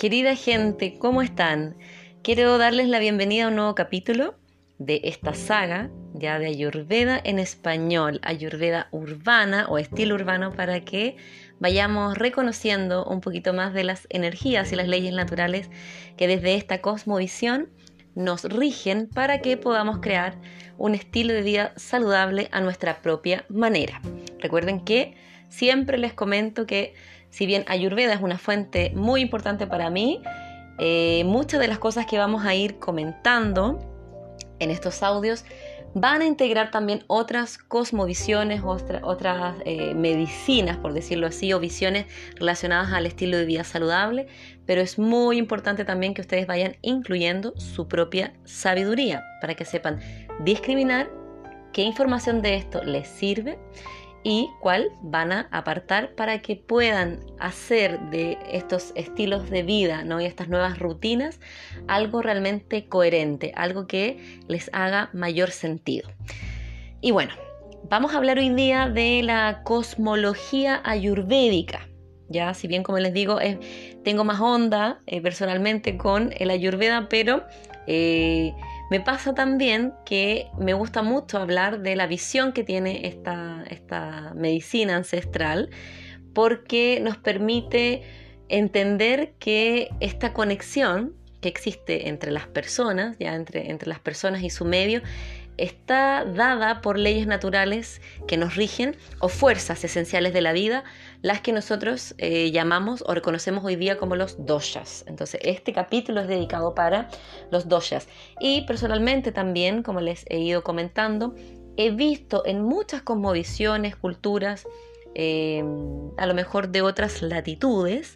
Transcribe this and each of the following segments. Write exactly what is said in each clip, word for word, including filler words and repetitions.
Querida gente, ¿cómo están? Quiero darles la bienvenida a un nuevo capítulo de esta saga ya de Ayurveda en español, Ayurveda urbana o estilo urbano, para que vayamos reconociendo un poquito más de las energías y las leyes naturales que desde esta cosmovisión nos rigen para que podamos crear un estilo de vida saludable a nuestra propia manera. Recuerden que siempre les comento que si bien Ayurveda es una fuente muy importante para mí, eh, muchas de las cosas que vamos a ir comentando en estos audios van a integrar también otras cosmovisiones, otra, otras eh, medicinas, por decirlo así, o visiones relacionadas al estilo de vida saludable, pero es muy importante también que ustedes vayan incluyendo su propia sabiduría para que sepan discriminar qué información de esto les sirve y cuál van a apartar para que puedan hacer de estos estilos de vida, ¿no? y estas nuevas rutinas algo realmente coherente, algo que les haga mayor sentido. Y bueno, vamos a hablar hoy día de la cosmología ayurvédica. Ya, si bien como les digo, eh, tengo más onda eh, personalmente con el Ayurveda, pero eh, me pasa también que me gusta mucho hablar de la visión que tiene esta, esta medicina ancestral, porque nos permite entender que esta conexión que existe entre las personas, ya entre, entre las personas y su medio, está dada por leyes naturales que nos rigen o fuerzas esenciales de la vida, las que nosotros eh, llamamos o reconocemos hoy día como los doshas. Entonces este capítulo es dedicado para los doshas. Y personalmente también, como les he ido comentando, he visto en muchas cosmovisiones, culturas, eh, a lo mejor de otras latitudes,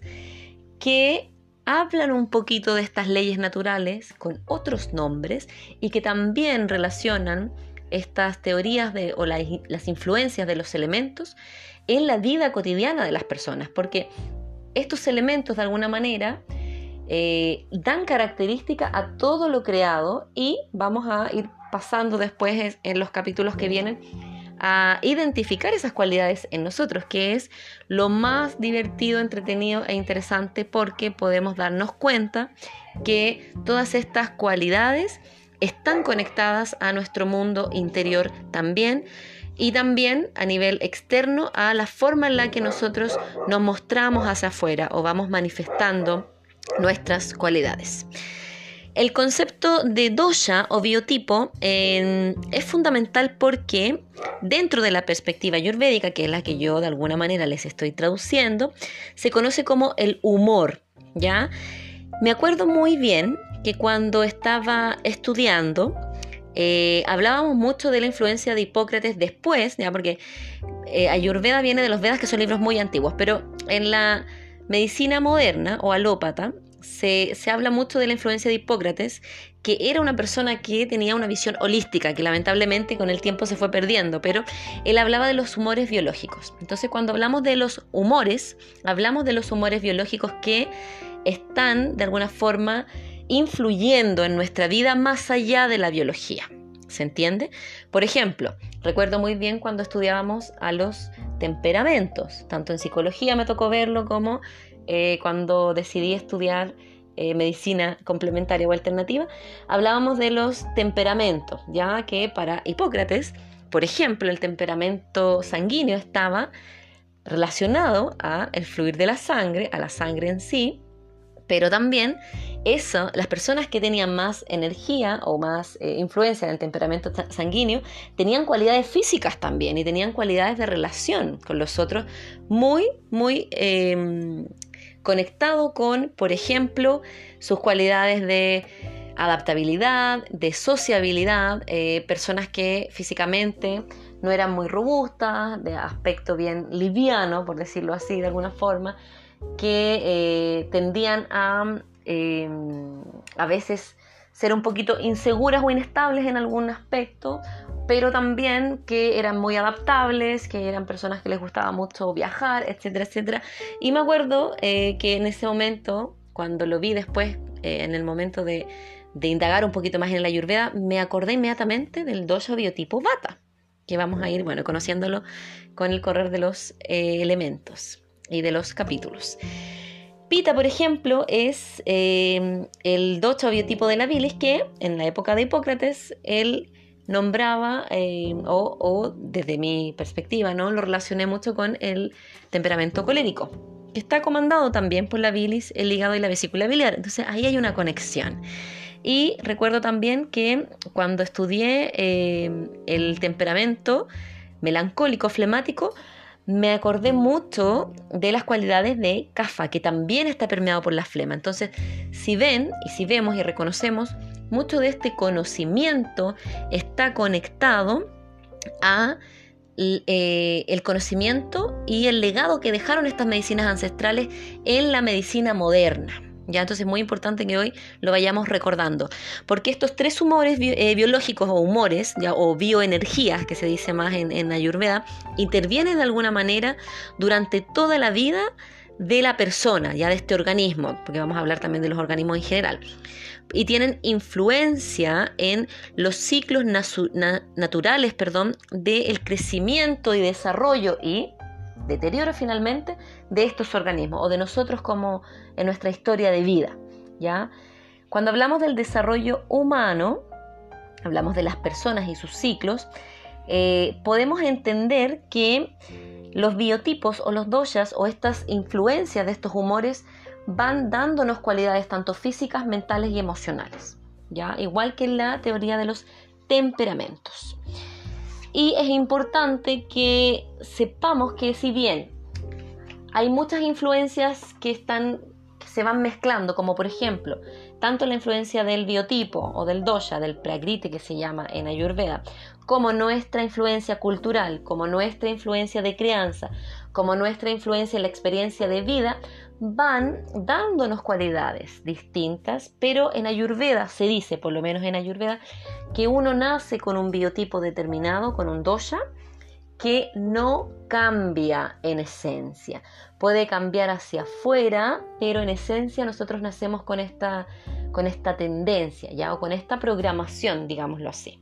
que hablan un poquito de estas leyes naturales con otros nombres y que también relacionan estas teorías de, o la, las influencias de los elementos en la vida cotidiana de las personas, porque estos elementos de alguna manera eh, dan característica a todo lo creado, y vamos a ir pasando después en los capítulos que vienen a identificar esas cualidades en nosotros, que es lo más divertido, entretenido e interesante, porque podemos darnos cuenta que todas estas cualidades están conectadas a nuestro mundo interior también, y también a nivel externo a la forma en la que nosotros nos mostramos hacia afuera o vamos manifestando nuestras cualidades. El concepto de dosha o biotipo eh, es fundamental porque dentro de la perspectiva ayurvédica, que es la que yo de alguna manera les estoy traduciendo, se conoce como el humor, ¿ya? Me acuerdo muy bien que cuando estaba estudiando eh, hablábamos mucho de la influencia de Hipócrates después, ¿ya? Porque eh, Ayurveda viene de los Vedas, que son libros muy antiguos, pero en la medicina moderna o alópata Se, se habla mucho de la influencia de Hipócrates, que era una persona que tenía una visión holística, que lamentablemente con el tiempo se fue perdiendo, pero él hablaba de los humores biológicos. Entonces, cuando hablamos de los humores, hablamos de los humores biológicos que están de alguna forma influyendo en nuestra vida más allá de la biología. ¿Se entiende? Por ejemplo, recuerdo muy bien cuando estudiábamos a los temperamentos, tanto en psicología me tocó verlo como Eh, cuando decidí estudiar eh, medicina complementaria o alternativa, hablábamos de los temperamentos, ya que para Hipócrates, por ejemplo, el temperamento sanguíneo estaba relacionado al fluir de la sangre, a la sangre en sí, pero también eso, las personas que tenían más energía o más eh, influencia en el temperamento sanguíneo tenían cualidades físicas también, y tenían cualidades de relación con los otros muy, muy eh, conectado con, por ejemplo, sus cualidades de adaptabilidad, de sociabilidad, eh, personas que físicamente no eran muy robustas, de aspecto bien liviano, por decirlo así de alguna forma, que eh, tendían a eh, a veces ser un poquito inseguras o inestables en algún aspecto, pero también que eran muy adaptables, que eran personas que les gustaba mucho viajar, etcétera, etcétera. Y me acuerdo eh, que en ese momento, cuando lo vi después, eh, en el momento de, de indagar un poquito más en la Ayurveda, me acordé inmediatamente del dosha biotipo Vata, que vamos a ir, bueno, conociéndolo con el correr de los eh, elementos y de los capítulos. Pita, por ejemplo, es eh, el dosha o biotipo de la bilis que en la época de Hipócrates él nombraba, eh, o, o desde mi perspectiva, ¿no? Lo relacioné mucho con el temperamento colérico, que está comandado también por la bilis, el hígado y la vesícula biliar. Entonces ahí hay una conexión. Y recuerdo también que cuando estudié eh, el temperamento melancólico, flemático, me acordé mucho de las cualidades de Kapha, que también está permeado por la flema. Entonces, si ven y si vemos y reconocemos, mucho de este conocimiento está conectado a eh, el conocimiento y el legado que dejaron estas medicinas ancestrales en la medicina moderna. Ya, entonces es muy importante que hoy lo vayamos recordando, porque estos tres humores bi eh, biológicos o humores, ya, o bioenergías, que se dice más en, en Ayurveda, intervienen de alguna manera durante toda la vida de la persona, ya de este organismo, porque vamos a hablar también de los organismos en general, y tienen influencia en los ciclos na naturales, perdón, del crecimiento y desarrollo y deterioro finalmente de estos organismos o de nosotros como en nuestra historia de vida, ¿ya? Cuando hablamos del desarrollo humano, hablamos de las personas y sus ciclos, eh, podemos entender que los biotipos o los doshas o estas influencias de estos humores van dándonos cualidades tanto físicas, mentales y emocionales, ¿ya? Igual que en la teoría de los temperamentos. Y es importante que sepamos que si bien hay muchas influencias que, están, que se van mezclando, como por ejemplo, tanto la influencia del biotipo o del dosha, del prakriti que se llama en Ayurveda, como nuestra influencia cultural, como nuestra influencia de crianza, como nuestra influencia en la experiencia de vida, van dándonos cualidades distintas, pero en Ayurveda se dice, por lo menos en Ayurveda, que uno nace con un biotipo determinado, con un dosha, que no cambia en esencia. Puede cambiar hacia afuera, pero en esencia nosotros nacemos con esta, con esta tendencia, ¿ya? O con esta programación, digámoslo así.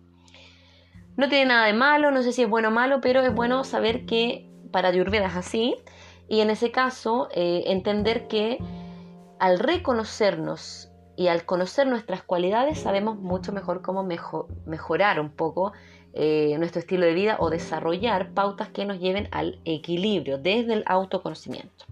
No tiene nada de malo, no sé si es bueno o malo, pero es bueno saber que para Ayurveda es así, y en ese caso eh, entender que al reconocernos y al conocer nuestras cualidades sabemos mucho mejor cómo mejor, mejorar un poco eh, nuestro estilo de vida o desarrollar pautas que nos lleven al equilibrio desde el autoconocimiento.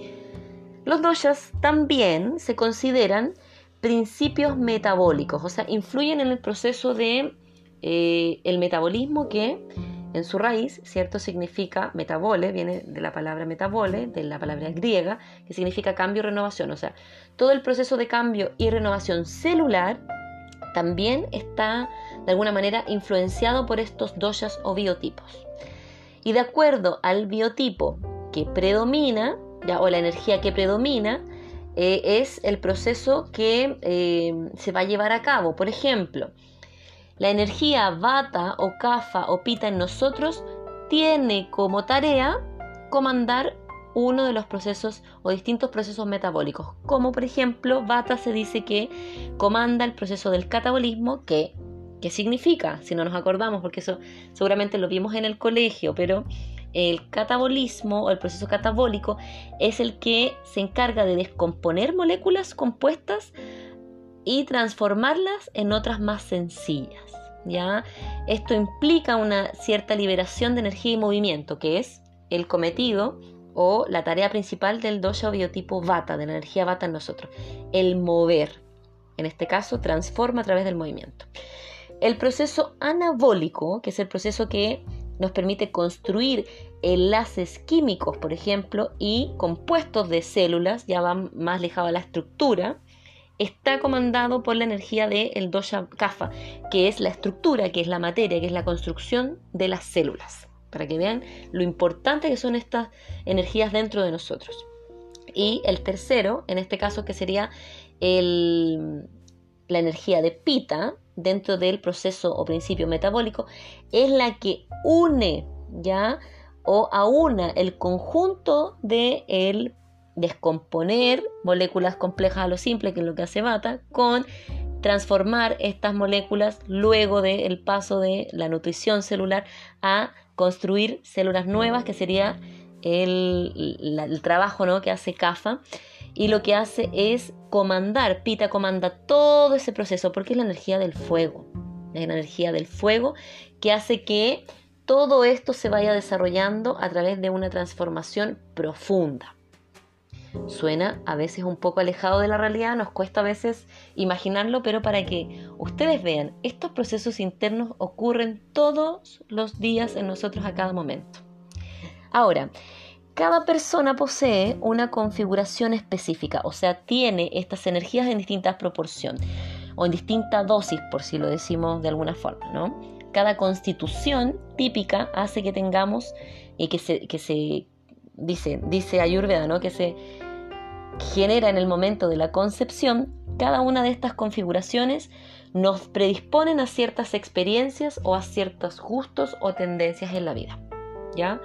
Los doshas también se consideran principios metabólicos, o sea, influyen en el proceso de eh, el metabolismo, que en su raíz, ¿cierto?, significa metabole, viene de la palabra metabole, de la palabra griega, que significa cambio y renovación. O sea, todo el proceso de cambio y renovación celular también está de alguna manera influenciado por estos doshas o biotipos. Y de acuerdo al biotipo que predomina, ya, o la energía que predomina, eh, es el proceso que eh, se va a llevar a cabo. Por ejemplo, la energía vata o kapha o pita en nosotros tiene como tarea comandar uno de los procesos o distintos procesos metabólicos, como por ejemplo vata se dice que comanda el proceso del catabolismo, que ¿qué significa? Si no nos acordamos, porque eso seguramente lo vimos en el colegio, pero el catabolismo o el proceso catabólico es el que se encarga de descomponer moléculas compuestas y transformarlas en otras más sencillas, ¿ya? Esto implica una cierta liberación de energía y movimiento, que es el cometido o la tarea principal del dosha o biotipo vata, de la energía vata en nosotros, el mover. En este caso, transforma a través del movimiento. El proceso anabólico, que es el proceso que nos permite construir enlaces químicos, por ejemplo, y compuestos de células, ya van más ligados a la estructura, está comandado por la energía del dosha kapha, que es la estructura, que es la materia, que es la construcción de las células, para que vean lo importante que son estas energías dentro de nosotros. Y el tercero, en este caso, que sería el, la energía de pita, dentro del proceso o principio metabólico, es la que une, ¿ya?, o aúna el conjunto de el descomponer moléculas complejas a lo simple, que es lo que hace vata, con transformar estas moléculas luego del paso de la nutrición celular a construir células nuevas, que sería el, la, el trabajo, ¿no?, que hace kapha. y lo que hace es comandar. Pita comanda todo ese proceso porque es la energía del fuego. Es la energía del fuego que hace que todo esto se vaya desarrollando a través de una transformación profunda. Suena a veces un poco alejado de la realidad, nos cuesta a veces imaginarlo, pero para que ustedes vean, estos procesos internos ocurren todos los días en nosotros a cada momento. Ahora, cada persona posee una configuración específica, o sea, tiene estas energías en distintas proporciones o en distinta dosis, por si lo decimos de alguna forma, ¿no? Cada constitución típica hace que tengamos y que se, que se dice, dice Ayurveda, ¿no? Que se genera en el momento de la concepción. Cada una de estas configuraciones nos predisponen a ciertas experiencias o a ciertos gustos o tendencias en la vida, ¿ya?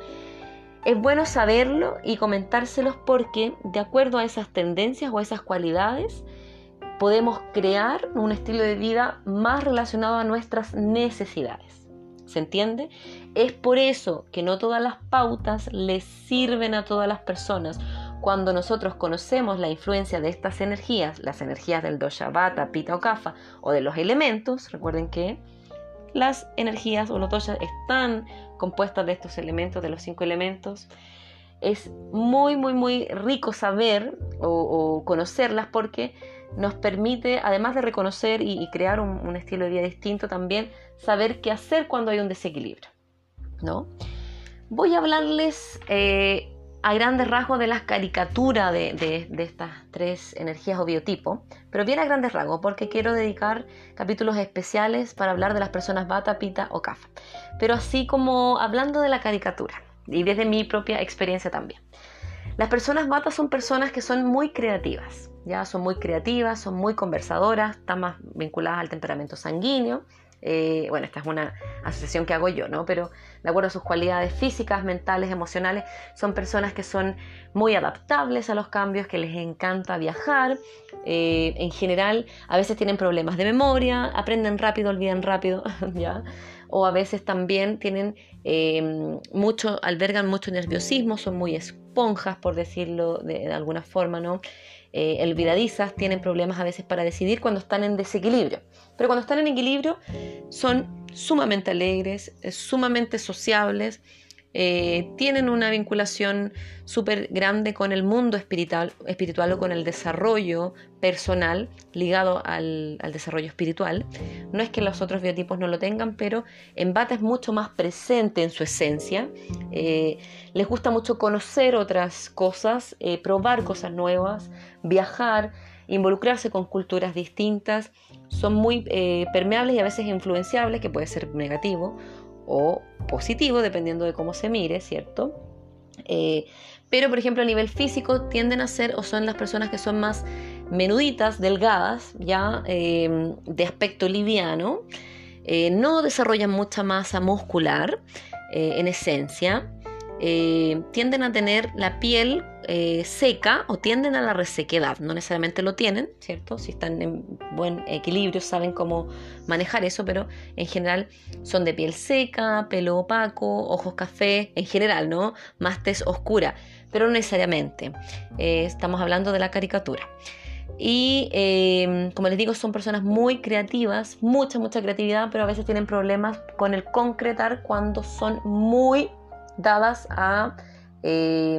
Es bueno saberlo y comentárselos porque de acuerdo a esas tendencias o a esas cualidades podemos crear un estilo de vida más relacionado a nuestras necesidades. ¿Se entiende? Es por eso que no todas las pautas les sirven a todas las personas. Cuando nosotros conocemos la influencia de estas energías, las energías del dosha, vata, pitta o kapha, o de los elementos, recuerden que las energías o los doshas están compuestas de estos elementos, de los cinco elementos. Es muy, muy, muy rico saber o, o conocerlas porque nos permite, además de reconocer y, y crear un, un estilo de vida distinto, también saber qué hacer cuando hay un desequilibrio, ¿no? Voy a hablarles eh, a grandes rasgos de las caricaturas de, de, de estas tres energías o biotipos, pero bien a grandes rasgos porque quiero dedicar capítulos especiales para hablar de las personas vata, pitta o kapha, pero así como hablando de la caricatura y desde mi propia experiencia también. Las personas vata son personas que son muy creativas, ya son muy creativas, son muy conversadoras, están más vinculadas al temperamento sanguíneo. Eh, bueno, esta es una asociación que hago yo, ¿no? Pero de acuerdo a sus cualidades físicas, mentales, emocionales, son personas que son muy adaptables a los cambios, que les encanta viajar. Eh, en general, a veces tienen problemas de memoria, aprenden rápido, olvidan rápido, ¿ya? O a veces también tienen eh, mucho, albergan mucho nerviosismo, son muy esponjas, por decirlo de, de alguna forma, ¿no? Eh, olvidadizas, tienen problemas a veces para decidir cuando están en desequilibrio. Pero cuando están en equilibrio son sumamente alegres, sumamente sociables, eh, tienen una vinculación súper grande con el mundo espiritual, espiritual o con el desarrollo personal ligado al, al desarrollo espiritual. No es que los otros biotipos no lo tengan, pero en Vata es mucho más presente en su esencia. Eh, les gusta mucho conocer otras cosas, eh, probar cosas nuevas, viajar, involucrarse con culturas distintas. Son muy eh, permeables y a veces influenciables, que puede ser negativo o positivo, dependiendo de cómo se mire, ¿cierto? Eh, pero, por ejemplo, a nivel físico tienden a ser o son las personas que son más menuditas, delgadas, ya eh, de aspecto liviano, eh, no desarrollan mucha masa muscular eh, en esencia, eh, tienden a tener la piel eh, seca o tienden a la resequedad, no necesariamente lo tienen, ¿cierto? Si están en buen equilibrio saben cómo manejar eso, pero en general son de piel seca, pelo opaco, ojos café, en general, ¿no? Más tez oscura, pero no necesariamente, eh, estamos hablando de la caricatura. Y eh, como les digo, son personas muy creativas, mucha, mucha creatividad, pero a veces tienen problemas con el concretar cuando son muy dadas a eh,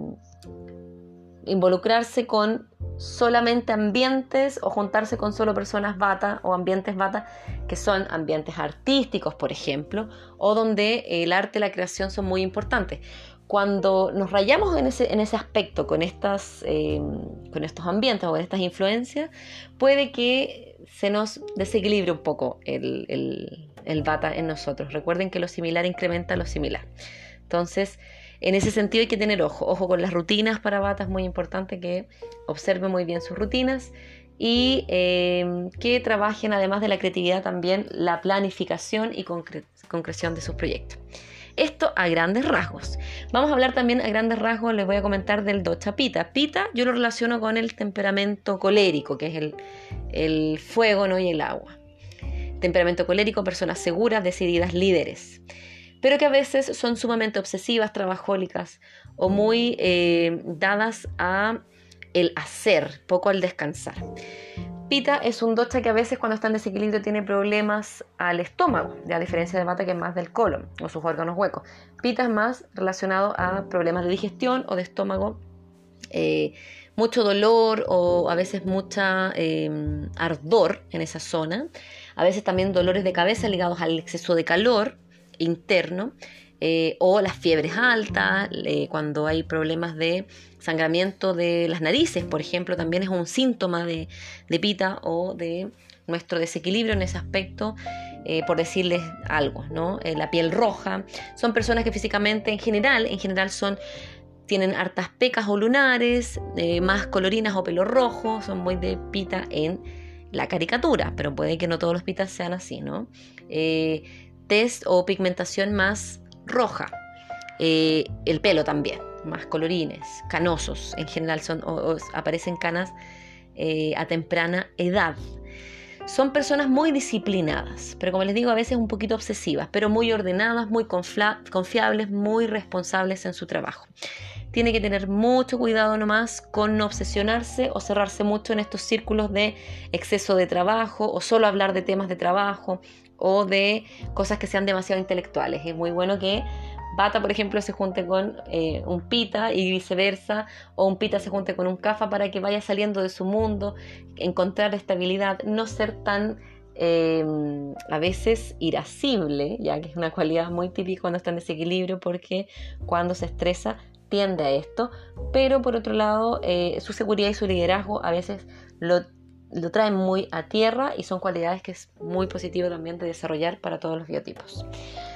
involucrarse con solamente ambientes o juntarse con solo personas vata o ambientes vata que son ambientes artísticos, por ejemplo, o donde el arte y la creación son muy importantes. Cuando nos rayamos en ese, en ese aspecto con, estas, eh, con estos ambientes o con estas influencias, puede que se nos desequilibre un poco el, el, el vata en nosotros. Recuerden que lo similar incrementa lo similar. Entonces, en ese sentido hay que tener ojo, ojo con las rutinas para Vata, es muy importante que observen muy bien sus rutinas y eh, que trabajen además de la creatividad también la planificación y concre- concreción de sus proyectos. Esto a grandes rasgos. Vamos a hablar también a grandes rasgos, les voy a comentar del dosha Pitta. Pitta yo lo relaciono con el temperamento colérico, que es el, el fuego, ¿no? Y el agua. Temperamento colérico, personas seguras, decididas, líderes, pero que a veces son sumamente obsesivas, trabajólicas o muy eh, dadas a el hacer, poco al descansar. Pita es un dosha que a veces cuando está en desequilibrio tiene problemas al estómago, a diferencia de Vata que es más del colon o sus órganos huecos. Pita es más relacionado a problemas de digestión o de estómago, eh, mucho dolor o a veces mucha eh, ardor en esa zona, a veces también dolores de cabeza ligados al exceso de calor interno, eh, o las fiebres altas, eh, cuando hay problemas de sangramiento de las narices, por ejemplo, también es un síntoma de, de Pita o de nuestro desequilibrio en ese aspecto, eh, por decirles algo, ¿no? Eh, la piel roja, son personas que físicamente en general, en general son, tienen hartas pecas o lunares, eh, más colorinas o pelo rojo, son muy de Pita en la caricatura, pero puede que no todos los Pitas sean así, ¿no? Eh, tez o pigmentación más roja, eh, el pelo también, más colorines, canosos, en general son, o, o aparecen canas eh, a temprana edad. Son personas muy disciplinadas, pero como les digo, a veces un poquito obsesivas, pero muy ordenadas, muy confla- confiables, muy responsables en su trabajo. Tiene que tener mucho cuidado nomás con no obsesionarse o cerrarse mucho en estos círculos de exceso de trabajo o solo hablar de temas de trabajo o de cosas que sean demasiado intelectuales. Es muy bueno que Vata, por ejemplo, se junte con eh, un Pita y viceversa, o un Pita se junte con un Kapha para que vaya saliendo de su mundo, encontrar estabilidad, no ser tan eh, a veces irascible, ya que es una cualidad muy típica cuando está en desequilibrio, porque cuando se estresa tiende a esto, pero por otro lado eh, su seguridad y su liderazgo a veces lo, lo traen muy a tierra y son cualidades que es muy positivo también de desarrollar para todos los biotipos.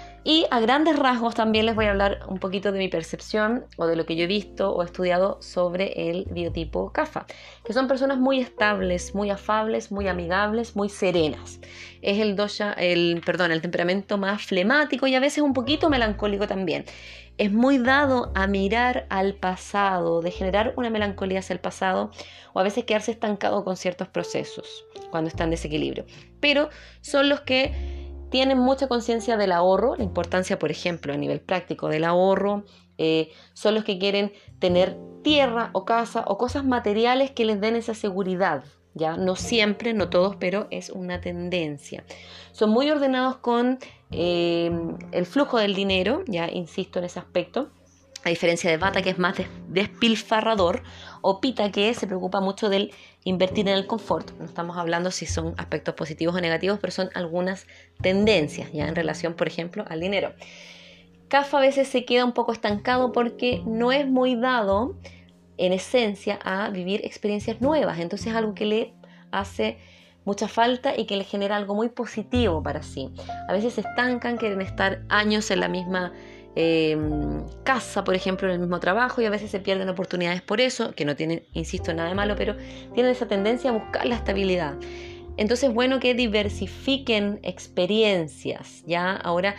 Y a grandes rasgos también les voy a hablar un poquito de mi percepción o de lo que yo he visto o estudiado sobre el biotipo Kapha, que son personas muy estables, muy afables, muy amigables, muy serenas. Es el dosha, el, perdón, el temperamento más flemático y a veces un poquito melancólico también. Es muy dado a mirar al pasado, de generar una melancolía hacia el pasado o a veces quedarse estancado con ciertos procesos cuando está en desequilibrio. Pero son los que tienen mucha conciencia del ahorro, la importancia, por ejemplo, a nivel práctico del ahorro. Eh, son los que quieren tener tierra o casa o cosas materiales que les den esa seguridad. Ya no siempre, no todos, pero es una tendencia. Son muy ordenados con eh, el flujo del dinero, ya insisto en ese aspecto, a diferencia de Vata, que es más despilfarrador, o Pita, que se preocupa mucho del invertir en el confort. No estamos hablando si son aspectos positivos o negativos, pero son algunas tendencias ya en relación, por ejemplo, al dinero. Kapha a veces se queda un poco estancado porque no es muy dado en esencia a vivir experiencias nuevas, entonces es algo que le hace mucha falta y que le genera algo muy positivo para sí. A veces se estancan, quieren estar años en la misma eh, casa, por ejemplo, en el mismo trabajo, y a veces se pierden oportunidades por eso, que no tienen, insisto, nada de malo, pero tienen esa tendencia a buscar la estabilidad. Entonces, bueno, que diversifiquen experiencias, ¿ya? Ahora,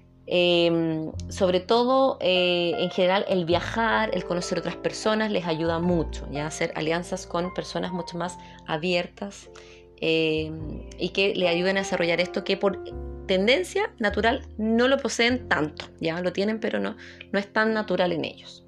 Eh, sobre todo eh, en general el viajar, el conocer otras personas les ayuda mucho, ya hacer alianzas con personas mucho más abiertas eh, y que le ayuden a desarrollar esto que por tendencia natural no lo poseen tanto, ya lo tienen pero no, no es tan natural en ellos.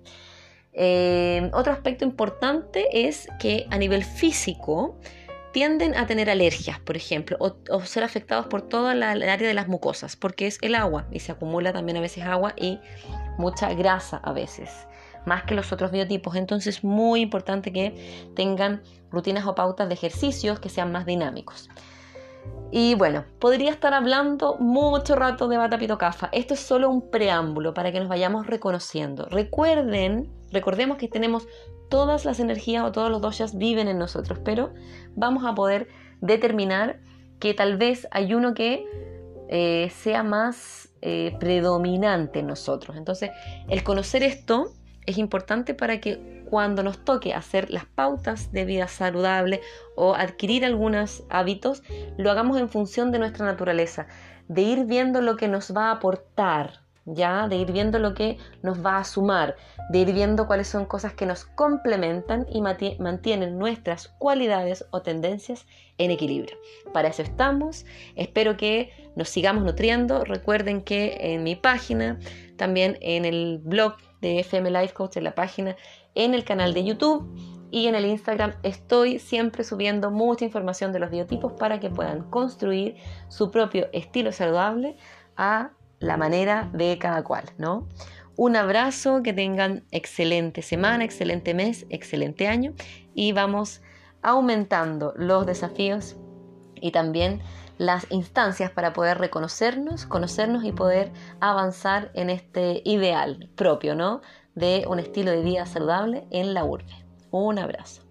Eh, otro aspecto importante es que a nivel físico tienden a tener alergias, por ejemplo, o, o ser afectados por toda la, el área de las mucosas, porque es el agua y se acumula también a veces agua y mucha grasa a veces, más que los otros biotipos. Entonces, muy importante que tengan rutinas o pautas de ejercicios que sean más dinámicos. Y bueno, podría estar hablando mucho rato de Vata Pito Kapha. Esto es solo un preámbulo para que nos vayamos reconociendo. Recuerden, recordemos que tenemos todas las energías o todos los doshas viven en nosotros, pero vamos a poder determinar que tal vez hay uno que eh, sea más eh, predominante en nosotros. Entonces, el conocer esto es importante para que cuando nos toque hacer las pautas de vida saludable o adquirir algunos hábitos, lo hagamos en función de nuestra naturaleza, de ir viendo lo que nos va a aportar, ¿ya? De ir viendo lo que nos va a sumar, de ir viendo cuáles son cosas que nos complementan y mantienen nuestras cualidades o tendencias en equilibrio. Para eso estamos. Espero que nos sigamos nutriendo. Recuerden que en mi página, también en el blog de F M Life Coach, en la página, en el canal de YouTube, Y en el Instagram estoy siempre subiendo mucha información de los biotipos para que puedan construir su propio estilo saludable a la manera de cada cual, ¿no? Un abrazo, que tengan excelente semana, excelente mes, excelente año, y vamos aumentando los desafíos y también las instancias para poder reconocernos, conocernos y poder avanzar en este ideal propio, ¿no? De un estilo de vida saludable en la urbe. Un abrazo.